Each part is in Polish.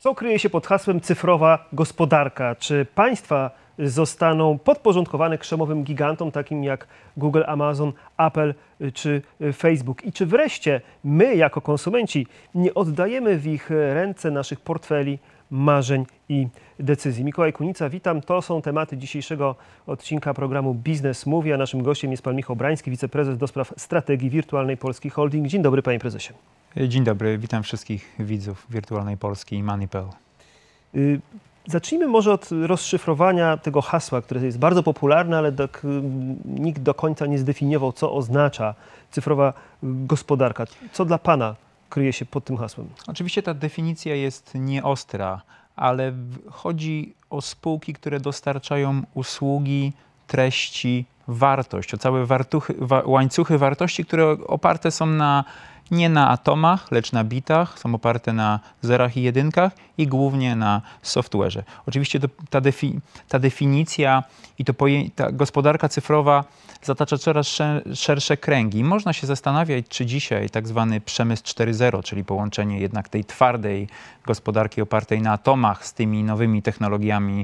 Co kryje się pod hasłem cyfrowa gospodarka? Czy państwa zostaną podporządkowane krzemowym gigantom takim jak Google, Amazon, Apple czy Facebook? I czy wreszcie my jako konsumenci nie oddajemy w ich ręce naszych portfeli, marzeń i decyzji? Mikołaj Kunica, witam. To są tematy dzisiejszego odcinka programu Biznes Mówi, a naszym gościem jest pan Michał Brański, wiceprezes do spraw strategii Wirtualnej Polski Holding. Dzień dobry, panie prezesie. Dzień dobry, witam wszystkich widzów Wirtualnej Polski i Money.pl. Zacznijmy może od rozszyfrowania tego hasła, które jest bardzo popularne, ale nikt do końca nie zdefiniował, co oznacza cyfrowa gospodarka. Co dla pana kryje się pod tym hasłem? Oczywiście ta definicja jest nieostra, ale chodzi o spółki, które dostarczają usługi, treści, wartość, o całe łańcuchy wartości, które oparte są nie na atomach, lecz na bitach, są oparte na zerach i jedynkach i głównie na software'ze. Oczywiście ta definicja i ta gospodarka cyfrowa zatacza coraz szersze kręgi. Można się zastanawiać, czy dzisiaj tak zwany przemysł 4.0, czyli połączenie jednak tej twardej gospodarki opartej na atomach z tymi nowymi technologiami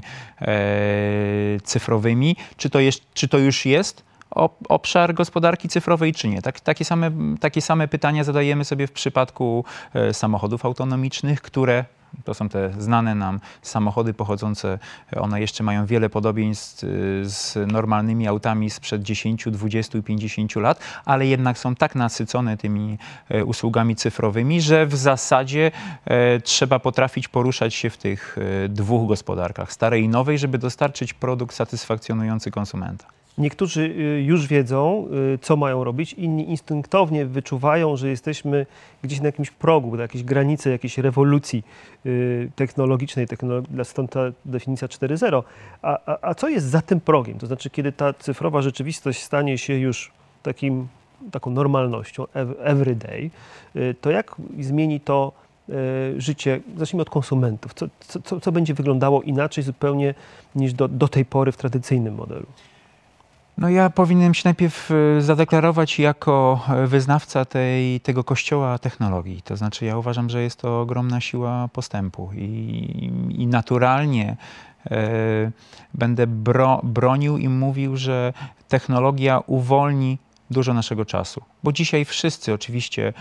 cyfrowymi, czy to już jest obszar gospodarki cyfrowej, czy nie? Takie same pytania zadajemy sobie w przypadku samochodów autonomicznych, które to są te znane nam samochody pochodzące, one jeszcze mają wiele podobieństw z normalnymi autami sprzed 10, 20 i 50 lat, ale jednak są tak nasycone tymi usługami cyfrowymi, że w zasadzie trzeba potrafić poruszać się w tych dwóch gospodarkach, starej i nowej, żeby dostarczyć produkt satysfakcjonujący konsumenta. Niektórzy już wiedzą, co mają robić, inni instynktownie wyczuwają, że jesteśmy gdzieś na jakimś progu, na jakiejś granicy, jakiejś rewolucji technologicznej, stąd ta definicja 4.0. A co jest za tym progiem? To znaczy, kiedy ta cyfrowa rzeczywistość stanie się już taką normalnością, everyday, to jak zmieni to życie? Zacznijmy od konsumentów. Co będzie wyglądało inaczej zupełnie niż do tej pory w tradycyjnym modelu? No ja powinienem się najpierw zadeklarować jako wyznawca tego kościoła technologii. To znaczy ja uważam, że jest to ogromna siła postępu i naturalnie będę bronił i mówił, że technologia uwolni dużo naszego czasu. Bo dzisiaj wszyscy oczywiście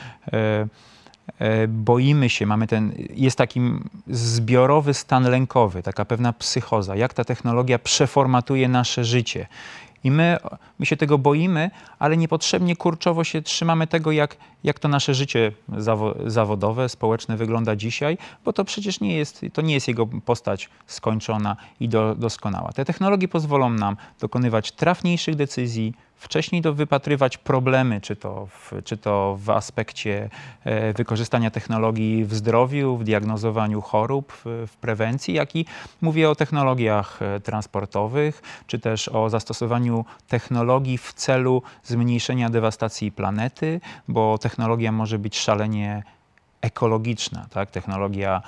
boimy się, jest taki zbiorowy stan lękowy, taka pewna psychoza, jak ta technologia przeformatuje nasze życie. I my się tego boimy, ale niepotrzebnie kurczowo się trzymamy tego, jak to nasze życie zawodowe, społeczne wygląda dzisiaj, bo to przecież nie jest jego postać skończona i doskonała. Te technologie pozwolą nam dokonywać trafniejszych decyzji, wcześniej wypatrywać problemy, czy to w aspekcie wykorzystania technologii w zdrowiu, w diagnozowaniu chorób, w prewencji, jak i mówię o technologiach transportowych, czy też o zastosowaniu technologii w celu zmniejszenia dewastacji planety, bo technologia może być szalenie ekologiczna, tak? Technologia,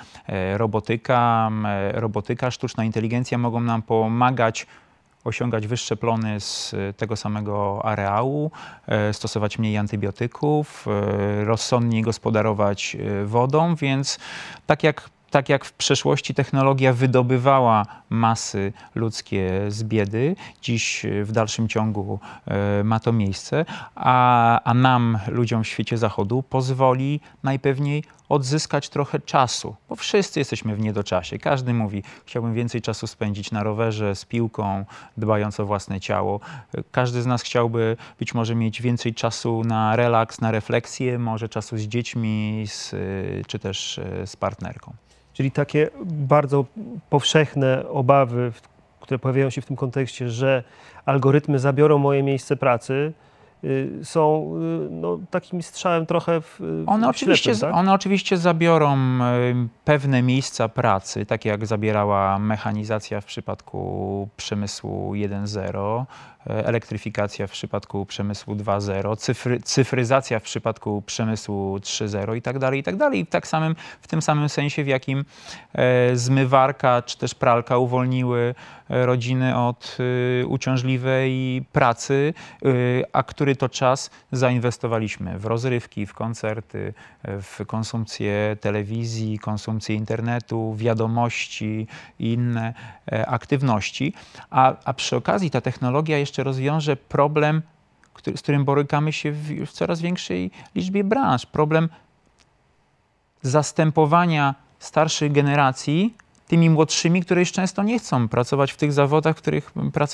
robotyka, sztuczna inteligencja mogą nam pomagać osiągać wyższe plony z tego samego areału, stosować mniej antybiotyków, rozsądniej gospodarować wodą, więc tak jak w przeszłości technologia wydobywała masy ludzkie z biedy, dziś w dalszym ciągu ma to miejsce, a nam, ludziom w świecie zachodu, pozwoli najpewniej odzyskać trochę czasu, bo wszyscy jesteśmy w niedoczasie. Każdy mówi, chciałbym więcej czasu spędzić na rowerze, z piłką, dbając o własne ciało. Każdy z nas chciałby być może mieć więcej czasu na relaks, na refleksję, może czasu z dziećmi, czy też z partnerką. Czyli takie bardzo powszechne obawy, które pojawiają się w tym kontekście, że algorytmy zabiorą moje miejsce pracy, są takim strzałem trochę w ślepym, tak? One oczywiście zabiorą pewne miejsca pracy, takie jak zabierała mechanizacja w przypadku przemysłu 1.0, elektryfikacja w przypadku przemysłu 2.0, cyfryzacja w przypadku przemysłu 3.0 i tak dalej, i tak dalej. W tym samym sensie, w jakim zmywarka czy też pralka uwolniły rodziny od uciążliwej pracy, a który który to czas zainwestowaliśmy w rozrywki, w koncerty, w konsumpcję telewizji, konsumpcję internetu, wiadomości i inne aktywności. A przy okazji ta technologia jeszcze rozwiąże problem, z którym borykamy się w coraz większej liczbie branż. Problem zastępowania starszych generacji tymi młodszymi, które już często nie chcą pracować w tych zawodach, w których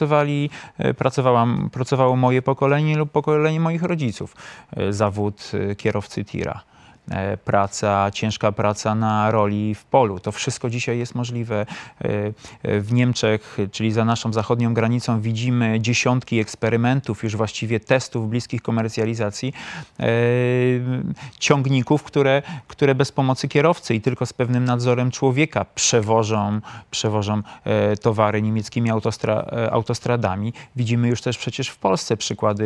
pracowało moje pokolenie lub pokolenie moich rodziców. Zawód kierowcy tira. Ciężka praca na roli w polu. To wszystko dzisiaj jest możliwe. W Niemczech, czyli za naszą zachodnią granicą, widzimy dziesiątki eksperymentów, już właściwie testów bliskich komercjalizacji, ciągników, które bez pomocy kierowcy i tylko z pewnym nadzorem człowieka przewożą towary niemieckimi autostradami. Widzimy już też przecież w Polsce przykłady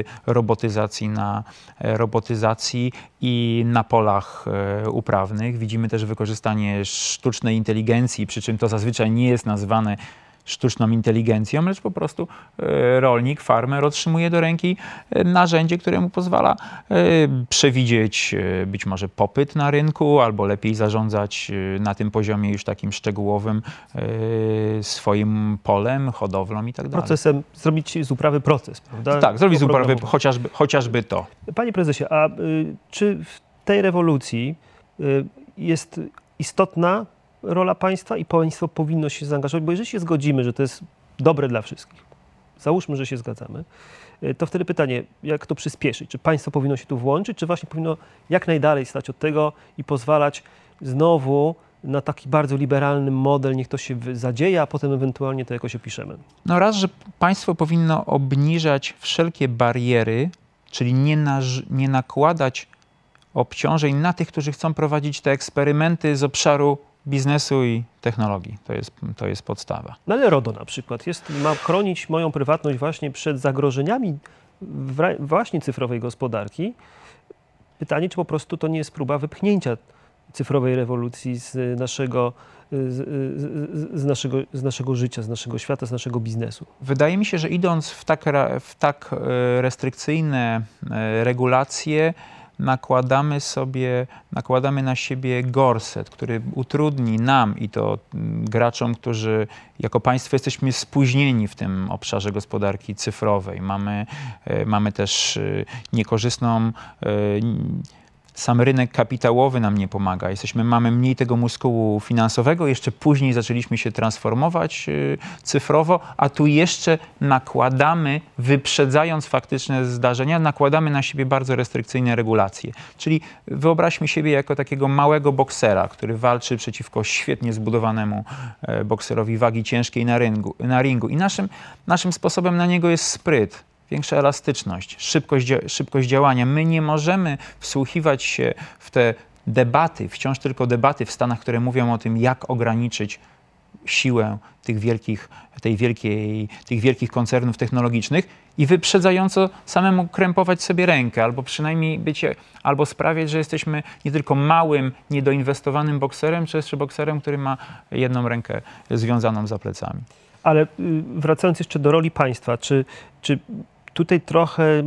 robotyzacji i na polach uprawnych. Widzimy też wykorzystanie sztucznej inteligencji, przy czym to zazwyczaj nie jest nazywane sztuczną inteligencją, lecz po prostu rolnik, farmer otrzymuje do ręki narzędzie, które mu pozwala przewidzieć być może popyt na rynku, albo lepiej zarządzać na tym poziomie już takim szczegółowym swoim polem, hodowlą i tak dalej. Procesem, zrobić z uprawy proces, prawda? Tak, zrobić z uprawy chociażby to. Panie prezesie, a czy w tej rewolucji jest istotna rola państwa i państwo powinno się zaangażować? Bo jeżeli się zgodzimy, że to jest dobre dla wszystkich, załóżmy, że się zgadzamy, to wtedy pytanie, jak to przyspieszyć? Czy państwo powinno się tu włączyć, czy właśnie powinno jak najdalej stać od tego i pozwalać znowu na taki bardzo liberalny model, niech to się zadzieje, a potem ewentualnie to jakoś opiszemy? No raz, że państwo powinno obniżać wszelkie bariery, czyli nie nakładać obciążeń na tych, którzy chcą prowadzić te eksperymenty z obszaru biznesu i technologii. To jest podstawa. No ale RODO na przykład ma chronić moją prywatność właśnie przed zagrożeniami właśnie cyfrowej gospodarki. Pytanie, czy po prostu to nie jest próba wypchnięcia cyfrowej rewolucji z naszego życia, z naszego świata, z naszego biznesu. Wydaje mi się, że idąc w tak restrykcyjne regulacje, nakładamy na siebie gorset, który utrudni nam i to graczom, którzy jako państwo jesteśmy spóźnieni w tym obszarze gospodarki cyfrowej. Mamy też niekorzystną sam rynek kapitałowy nam nie pomaga. Mamy mniej tego muskułu finansowego, jeszcze później zaczęliśmy się transformować cyfrowo, a tu jeszcze nakładamy, wyprzedzając faktyczne zdarzenia, nakładamy na siebie bardzo restrykcyjne regulacje. Czyli wyobraźmy siebie jako takiego małego boksera, który walczy przeciwko świetnie zbudowanemu bokserowi wagi ciężkiej na ringu. I naszym sposobem na niego jest spryt. Większa elastyczność, szybkość działania. My nie możemy wsłuchiwać się w te debaty, wciąż tylko debaty w Stanach, które mówią o tym, jak ograniczyć siłę tych wielkich koncernów technologicznych i wyprzedzająco samemu krępować sobie rękę, albo przynajmniej albo sprawiać, że jesteśmy nie tylko małym, niedoinwestowanym bokserem, czy jeszcze bokserem, który ma jedną rękę związaną za plecami. Ale wracając jeszcze do roli państwa, czy tutaj trochę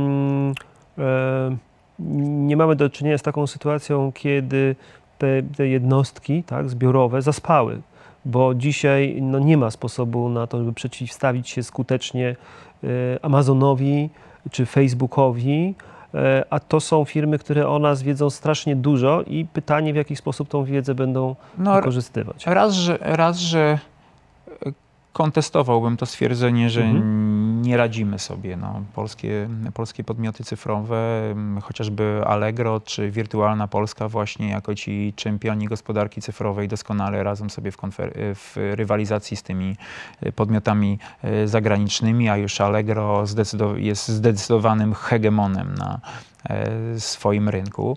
nie mamy do czynienia z taką sytuacją, kiedy te jednostki, tak, zbiorowe zaspały, bo dzisiaj nie ma sposobu na to, żeby przeciwstawić się skutecznie Amazonowi czy Facebookowi, a to są firmy, które o nas wiedzą strasznie dużo i pytanie, w jaki sposób tą wiedzę będą wykorzystywać. Raz, że kontestowałbym to stwierdzenie, że nie radzimy sobie. Polskie podmioty cyfrowe, chociażby Allegro czy Wirtualna Polska właśnie jako ci czempioni gospodarki cyfrowej doskonale radzą sobie w rywalizacji z tymi podmiotami zagranicznymi, a już Allegro jest zdecydowanym hegemonem na swoim rynku.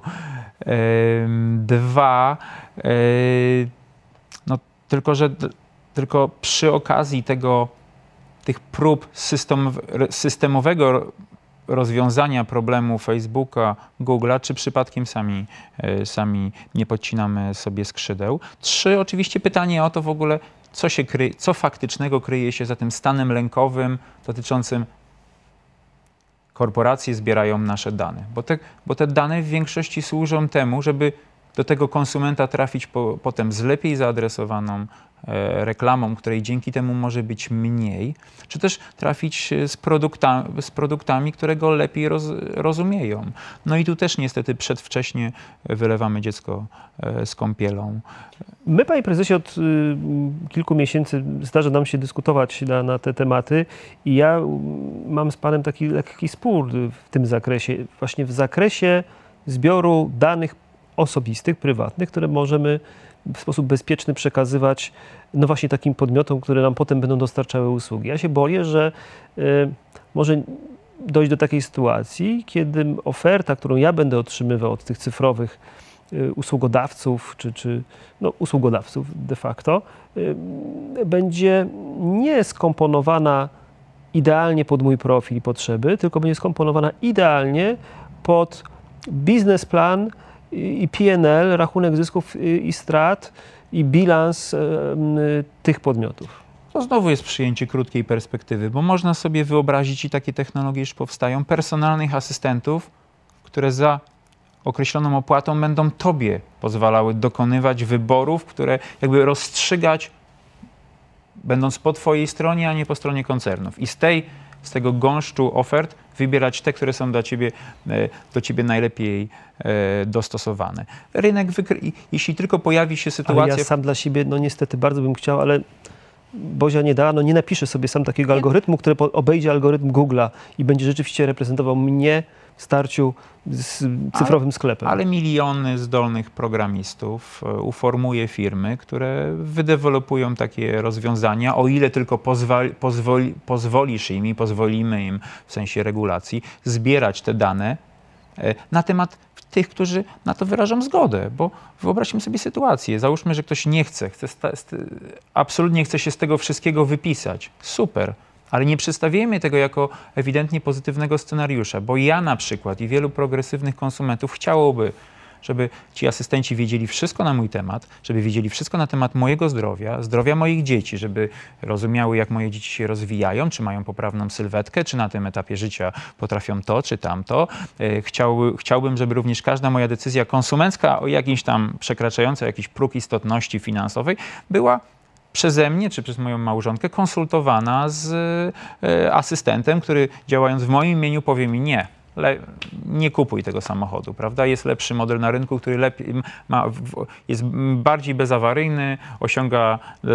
Dwa, tylko przy okazji tych prób systemowego rozwiązania problemu Facebooka, Google'a, czy przypadkiem sami nie podcinamy sobie skrzydeł. Trzy, oczywiście pytanie o to w ogóle, co faktycznego kryje się za tym stanem lękowym dotyczącym korporacje zbierają nasze dane, bo te dane w większości służą temu, żeby do tego konsumenta trafić potem z lepiej zaadresowaną reklamą, której dzięki temu może być mniej, czy też trafić z produktami, które go lepiej rozumieją. No i tu też niestety przedwcześnie wylewamy dziecko z kąpielą. My, panie prezesie, od kilku miesięcy zdarza nam się dyskutować na te tematy i ja mam z panem taki lekki spór w tym zakresie, właśnie w zakresie zbioru danych osobistych, prywatnych, które możemy w sposób bezpieczny przekazywać no właśnie takim podmiotom, które nam potem będą dostarczały usługi. Ja się boję, że może dojść do takiej sytuacji, kiedy oferta, którą ja będę otrzymywał od tych cyfrowych usługodawców, czy no, usługodawców de facto, będzie nie skomponowana idealnie pod mój profil i potrzeby, tylko będzie skomponowana idealnie pod biznesplan i P&L, rachunek zysków i strat i bilans tych podmiotów. To znowu jest przyjęcie krótkiej perspektywy, bo można sobie wyobrazić, i takie technologie już powstają, personalnych asystentów, które za określoną opłatą będą tobie pozwalały dokonywać wyborów, które jakby rozstrzygać, będąc po twojej stronie, a nie po stronie koncernów. I z tego gąszczu ofert wybierać te, które są do ciebie najlepiej dostosowane. Rynek jeśli tylko pojawi się sytuacja... Ale ja sam dla siebie, no niestety bardzo bym chciał, ale Bozia nie da, no nie napiszę sobie sam takiego algorytmu, który obejdzie algorytm Google'a i będzie rzeczywiście reprezentował mnie w starciu z cyfrowym sklepem. Ale miliony zdolnych programistów uformuje firmy, które wydevelopują takie rozwiązania, o ile tylko pozwolisz im i pozwolimy im w sensie regulacji zbierać te dane na temat tych, którzy na to wyrażą zgodę, bo wyobraźmy sobie sytuację. Załóżmy, że ktoś nie chce absolutnie chce się z tego wszystkiego wypisać. Super. Ale nie przedstawiajmy tego jako ewidentnie pozytywnego scenariusza, bo ja na przykład i wielu progresywnych konsumentów chciałoby, żeby ci asystenci wiedzieli wszystko na mój temat, żeby wiedzieli wszystko na temat mojego zdrowia, zdrowia moich dzieci, żeby rozumiały, jak moje dzieci się rozwijają, czy mają poprawną sylwetkę, czy na tym etapie życia potrafią to, czy tamto. Chciałbym, żeby również każda moja decyzja konsumencka o jakimś tam przekraczającej jakiś próg istotności finansowej była przeze mnie, czy przez moją małżonkę konsultowana z asystentem, który działając w moim imieniu powie mi nie kupuj tego samochodu, prawda? Jest lepszy model na rynku, który jest bardziej bezawaryjny, osiąga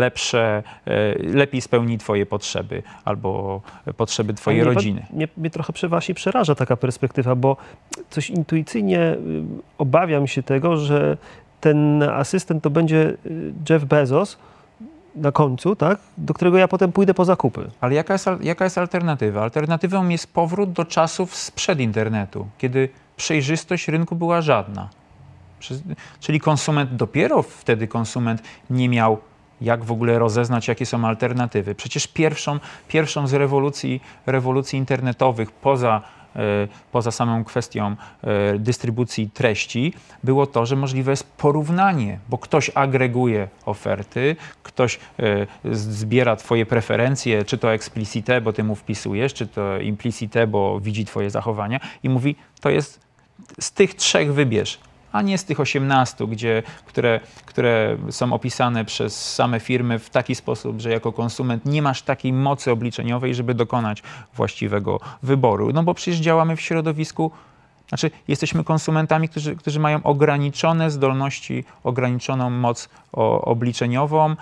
lepiej spełni twoje potrzeby albo potrzeby twojej rodziny. Mnie trochę właśnie przeraża taka perspektywa, bo coś intuicyjnie obawiam się tego, że ten asystent to będzie Jeff Bezos, na końcu, tak, do którego ja potem pójdę po zakupy. Ale jaka jest alternatywa? Alternatywą jest powrót do czasów sprzed internetu, kiedy przejrzystość rynku była żadna. Czyli dopiero wtedy konsument nie miał jak w ogóle rozeznać, jakie są alternatywy. Przecież pierwszą z rewolucji internetowych poza samą kwestią dystrybucji treści, było to, że możliwe jest porównanie, bo ktoś agreguje oferty, ktoś zbiera twoje preferencje, czy to explicite, bo ty mu wpisujesz, czy to implicite, bo widzi twoje zachowania i mówi, to jest z tych 3 wybierz, a nie z tych 18, które są opisane przez same firmy w taki sposób, że jako konsument nie masz takiej mocy obliczeniowej, żeby dokonać właściwego wyboru. No bo przecież działamy w środowisku, znaczy jesteśmy konsumentami, którzy mają ograniczone zdolności, ograniczoną moc obliczeniową,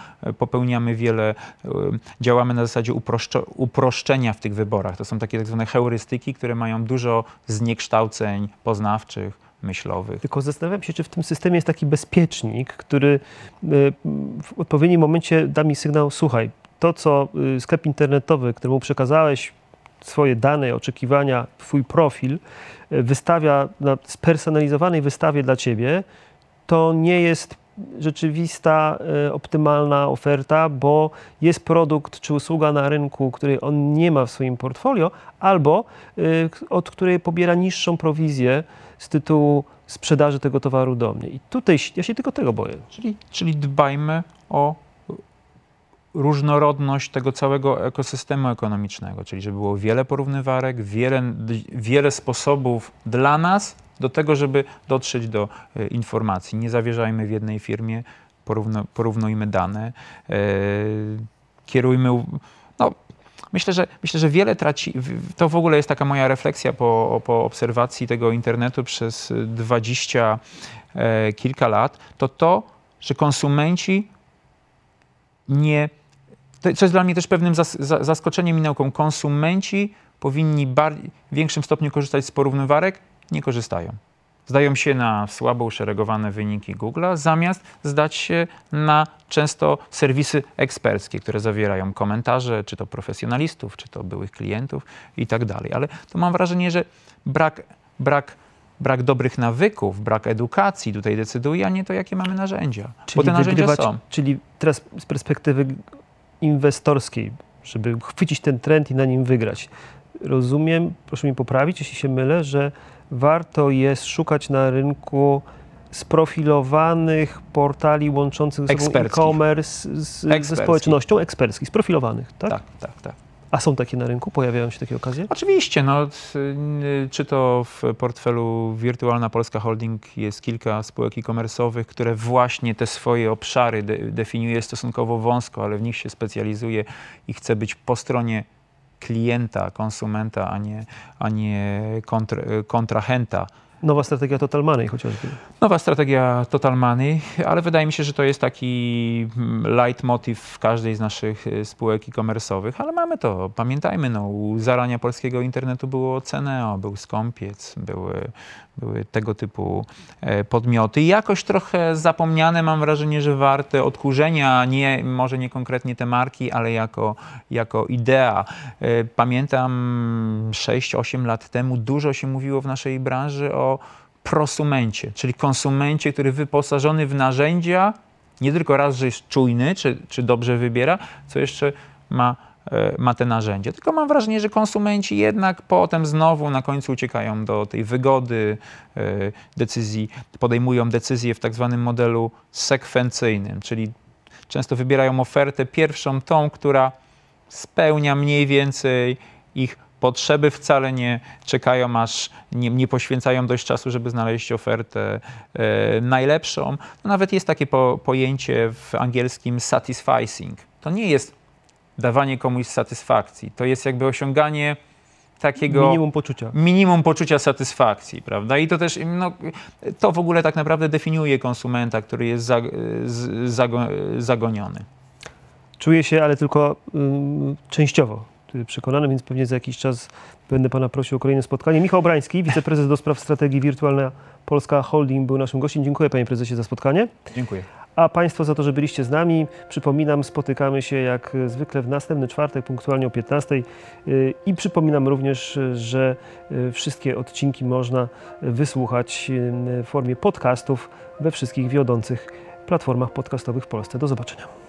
działamy na zasadzie uproszczenia w tych wyborach. To są takie tak zwane heurystyki, które mają dużo zniekształceń poznawczych, myślowych. Tylko zastanawiam się, czy w tym systemie jest taki bezpiecznik, który w odpowiednim momencie da mi sygnał, słuchaj, to co sklep internetowy, któremu przekazałeś swoje dane, oczekiwania, twój profil, wystawia na spersonalizowanej wystawie dla ciebie, to nie jest rzeczywista, optymalna oferta, bo jest produkt czy usługa na rynku, której on nie ma w swoim portfolio, albo od której pobiera niższą prowizję z tytułu sprzedaży tego towaru do mnie. I tutaj ja się tylko tego boję. Czyli dbajmy o różnorodność tego całego ekosystemu ekonomicznego, czyli żeby było wiele porównywarek, wiele sposobów dla nas do tego, żeby dotrzeć do informacji. Nie zawierzajmy w jednej firmie, porównujmy dane, kierujmy... No, myślę, że wiele traci. To w ogóle jest taka moja refleksja po obserwacji tego internetu przez 20 kilka lat, to, że konsumenci nie... Co jest dla mnie też pewnym zaskoczeniem i nauką. Konsumenci powinni w większym stopniu korzystać z porównywarek, nie korzystają. Zdają się na słabo uszeregowane wyniki Google'a, zamiast zdać się na często serwisy eksperckie, które zawierają komentarze, czy to profesjonalistów, czy to byłych klientów i tak dalej. Ale to mam wrażenie, że brak dobrych nawyków, brak edukacji tutaj decyduje, a nie to, jakie mamy narzędzia. Czyli bo te narzędzia są. Czyli teraz z perspektywy inwestorskiej, żeby chwycić ten trend i na nim wygrać, rozumiem, proszę mi poprawić, jeśli się mylę, że warto jest szukać na rynku sprofilowanych portali łączących ze sobą e-commerce ze społecznością eksperckich, sprofilowanych, tak? Tak. A są takie na rynku? Pojawiają się takie okazje? Oczywiście, no, czy to w portfelu Wirtualna Polska Holding jest kilka spółek e-commerce'owych, które właśnie te swoje obszary definiuje stosunkowo wąsko, ale w nich się specjalizuje i chce być po stronie klienta, konsumenta, a nie kontrahenta. Nowa strategia Total Money chociażby. Nowa strategia Total Money, ale wydaje mi się, że to jest taki leitmotiv w każdej z naszych spółek e-commerce'owych, ale mamy to, pamiętajmy, no, u zarania polskiego internetu było Ceneo, był Skąpiec, były tego typu podmioty. I jakoś trochę zapomniane, mam wrażenie, że warte odkurzenia, może nie konkretnie te marki, ale jako idea. Pamiętam 6-8 lat temu dużo się mówiło w naszej branży o prosumencie, czyli konsumencie, który wyposażony w narzędzia, nie tylko raz, że jest czujny, czy dobrze wybiera, co jeszcze ma te narzędzia. Tylko mam wrażenie, że konsumenci jednak potem znowu na końcu uciekają do tej wygody decyzji, podejmują decyzje w tak zwanym modelu sekwencyjnym, czyli często wybierają ofertę pierwszą, tą, która spełnia mniej więcej ich potrzeby, wcale nie czekają, aż nie poświęcają dość czasu, żeby znaleźć ofertę najlepszą. No nawet jest takie pojęcie w angielskim satisficing. To nie jest dawanie komuś satysfakcji. To jest jakby osiąganie takiego... Minimum poczucia satysfakcji, prawda? I to też, no, to w ogóle tak naprawdę definiuje konsumenta, który jest zagoniony. Czuję się, ale tylko częściowo przekonany, więc pewnie za jakiś czas będę pana prosił o kolejne spotkanie. Michał Brański, wiceprezes do spraw strategii Wirtualna Polska Holding, był naszym gościem. Dziękuję, panie prezesie, za spotkanie. Dziękuję. A państwu za to, że byliście z nami. Przypominam, spotykamy się jak zwykle w następny czwartek, punktualnie o 15:00. I przypominam również, że wszystkie odcinki można wysłuchać w formie podcastów we wszystkich wiodących platformach podcastowych w Polsce. Do zobaczenia.